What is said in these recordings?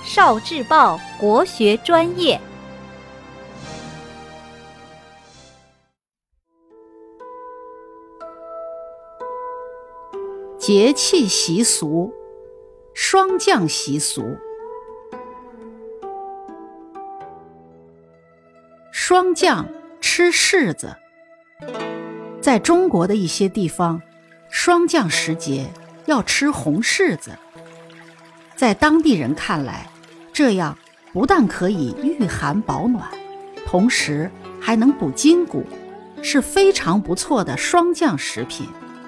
少智报国学专业。 节气习俗，霜降习俗。霜降吃柿子。在中国的一些地方，霜降时节要吃红柿子。在当地人看来，这样不但可以御寒保暖，同时还能补筋骨，是非常不错的霜降食品。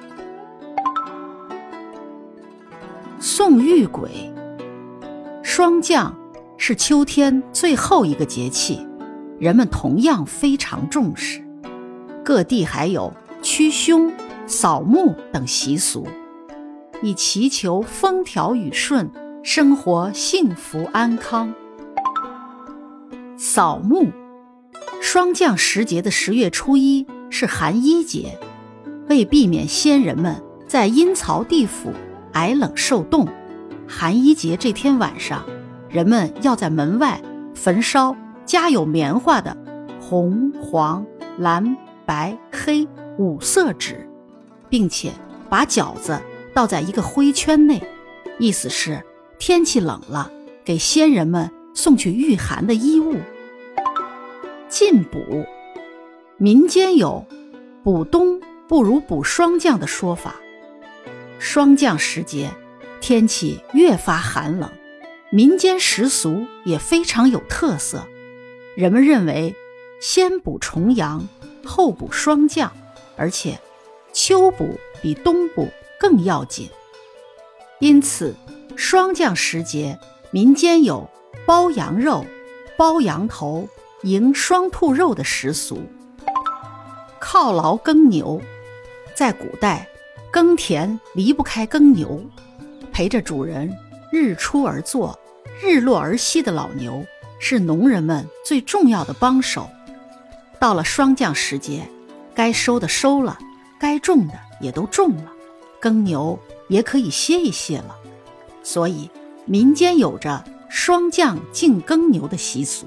送玉簋。霜降是秋天最后一个节气，人们同样非常重视。各地还有驱凶、扫墓等习俗，以祈求风调雨顺，生活幸福安康。扫墓。霜降时节的10月初1是寒衣节，为避免先人们在阴曹地府挨冷受冻，寒衣节这天晚上，人们要在门外焚烧加有棉花的红、黄、蓝、白、黑5色纸，并且把饺子倒在一个灰圈内，意思是天气冷了，给先人们送去御寒的衣物。进补。民间有补冬不如补霜降的说法。霜降时节，天气越发寒冷，民间习俗也非常有特色。人们认为先补重阳，后补霜降，而且秋补比冬补更要紧。因此霜降时节，民间有包羊肉、包羊头、迎霜兔肉的习俗。犒劳耕牛。在古代，耕田离不开耕牛，陪着主人日出而作，日落而息的老牛是农人们最重要的帮手。到了霜降时节，该收的收了，该种的也都种了，耕牛也可以歇一歇了。所以民间有着霜降敬耕牛的习俗。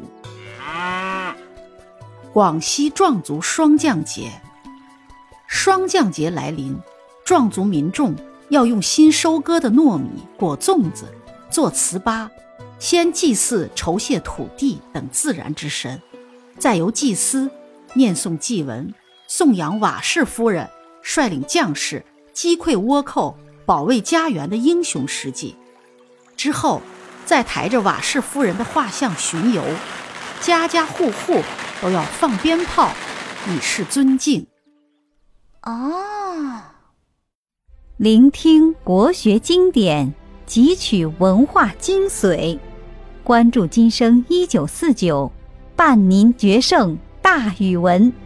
广西壮族霜降节。霜降节来临，壮族民众要用新收割的糯米裹粽子，做糍粑，先祭祀酬谢土地等自然之神，再由祭司念诵祭文，颂扬瓦氏夫人率领将士击溃倭寇，保卫家园的英雄事迹。之后再抬着瓦氏夫人的画像巡游，家家户户都要放鞭炮以示尊敬。 聆听国学经典，汲取文化精髓，关注今生1949，伴您决胜大语文。